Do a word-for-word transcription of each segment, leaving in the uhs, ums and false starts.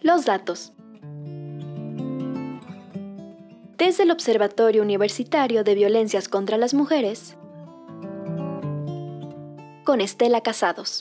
Los datos. Desde el Observatorio Universitario de Violencias contra las Mujeres, con Estela Casados.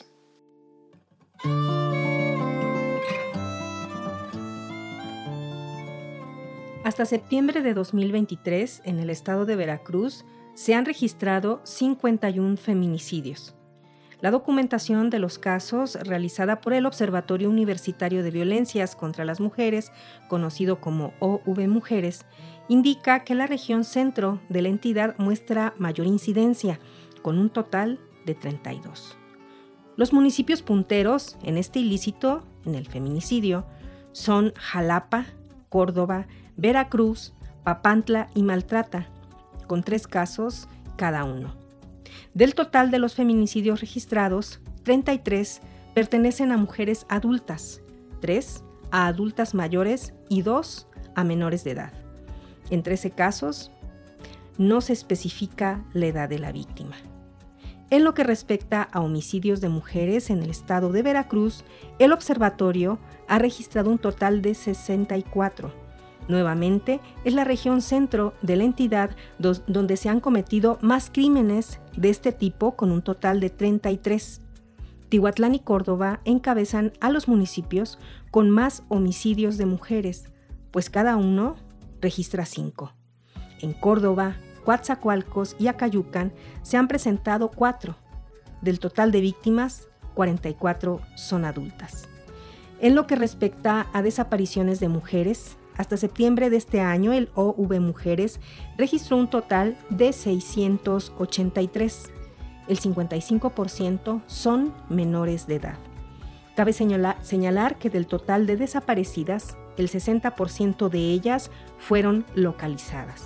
Hasta septiembre de dos mil veintitrés, en el estado de Veracruz, se han registrado cincuenta y uno feminicidios. La documentación de los casos, realizada por el Observatorio Universitario de Violencias contra las Mujeres, conocido como O V Mujeres, indica que la región centro de la entidad muestra mayor incidencia, con un total de treinta y dos. Los municipios punteros en este ilícito, en el feminicidio, son Jalapa, Córdoba, Veracruz, Papantla y Maltrata, con tres casos cada uno. Del total de los feminicidios registrados, treinta y tres pertenecen a mujeres adultas, tres a adultas mayores y dos a menores de edad. En trece casos, no se especifica la edad de la víctima. En lo que respecta a homicidios de mujeres en el estado de Veracruz, el observatorio ha registrado un total de sesenta y cuatro. Nuevamente, es la región centro de la entidad dos, donde se han cometido más crímenes de este tipo, con un total de treinta y tres. Tihuatlán y Córdoba encabezan a los municipios con más homicidios de mujeres, pues cada uno registra cinco. En Córdoba, Coatzacoalcos y Acayucan se han presentado cuatro. Del total de víctimas, cuarenta y cuatro son adultas. En lo que respecta a desapariciones de mujeres, hasta septiembre de este año, el O V Mujeres registró un total de seiscientos ochenta y tres. El cincuenta y cinco por ciento son menores de edad. Cabe señalar, señalar que del total de desaparecidas, el sesenta por ciento de ellas fueron localizadas.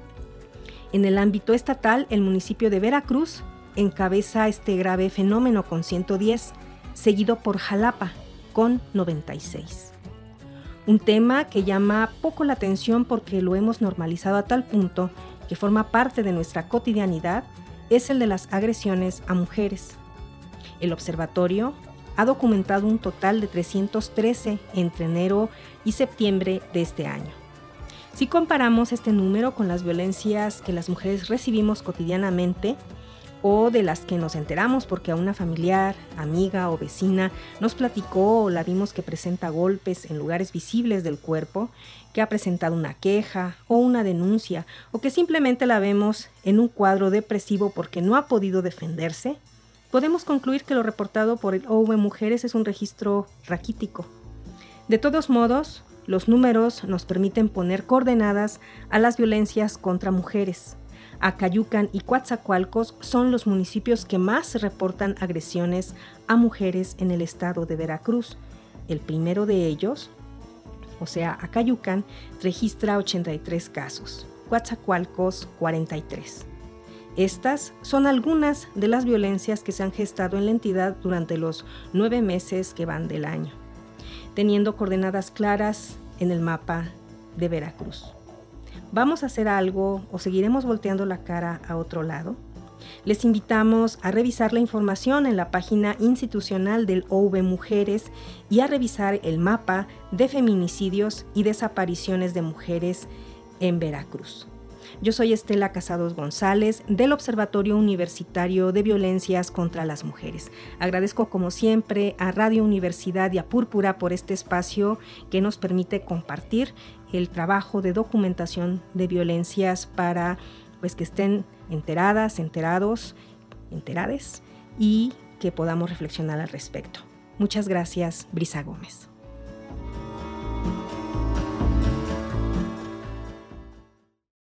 En el ámbito estatal, el municipio de Veracruz encabeza este grave fenómeno con ciento diez, seguido por Jalapa con noventa y seis. Un tema que llama poco la atención porque lo hemos normalizado a tal punto que forma parte de nuestra cotidianidad es el de las agresiones a mujeres. El observatorio ha documentado un total de trescientos trece entre enero y septiembre de este año. Si comparamos este número con las violencias que las mujeres recibimos cotidianamente, o de las que nos enteramos porque a una familiar, amiga o vecina nos platicó o la vimos que presenta golpes en lugares visibles del cuerpo, que ha presentado una queja o una denuncia, o que simplemente la vemos en un cuadro depresivo porque no ha podido defenderse, podemos concluir que lo reportado por el O V Mujeres es un registro raquítico. De todos modos, los números nos permiten poner coordenadas a las violencias contra mujeres. Acayucan y Coatzacoalcos son los municipios que más reportan agresiones a mujeres en el estado de Veracruz. El primero de ellos, o sea, Acayucan, registra ochenta y tres casos, Coatzacoalcos cuarenta y tres. Estas son algunas de las violencias que se han gestado en la entidad durante los nueve meses que van del año, teniendo coordenadas claras en el mapa de Veracruz. ¿Vamos a hacer algo o seguiremos volteando la cara a otro lado? Les invitamos a revisar la información en la página institucional del O V Mujeres y a revisar el mapa de feminicidios y desapariciones de mujeres en Veracruz. Yo soy Estela Casados González, del Observatorio Universitario de Violencias contra las Mujeres. Agradezco como siempre a Radio Universidad y a Púrpura por este espacio que nos permite compartir el trabajo de documentación de violencias para pues, que estén enteradas, enterados, enterades y que podamos reflexionar al respecto. Muchas gracias, Brisa Gómez.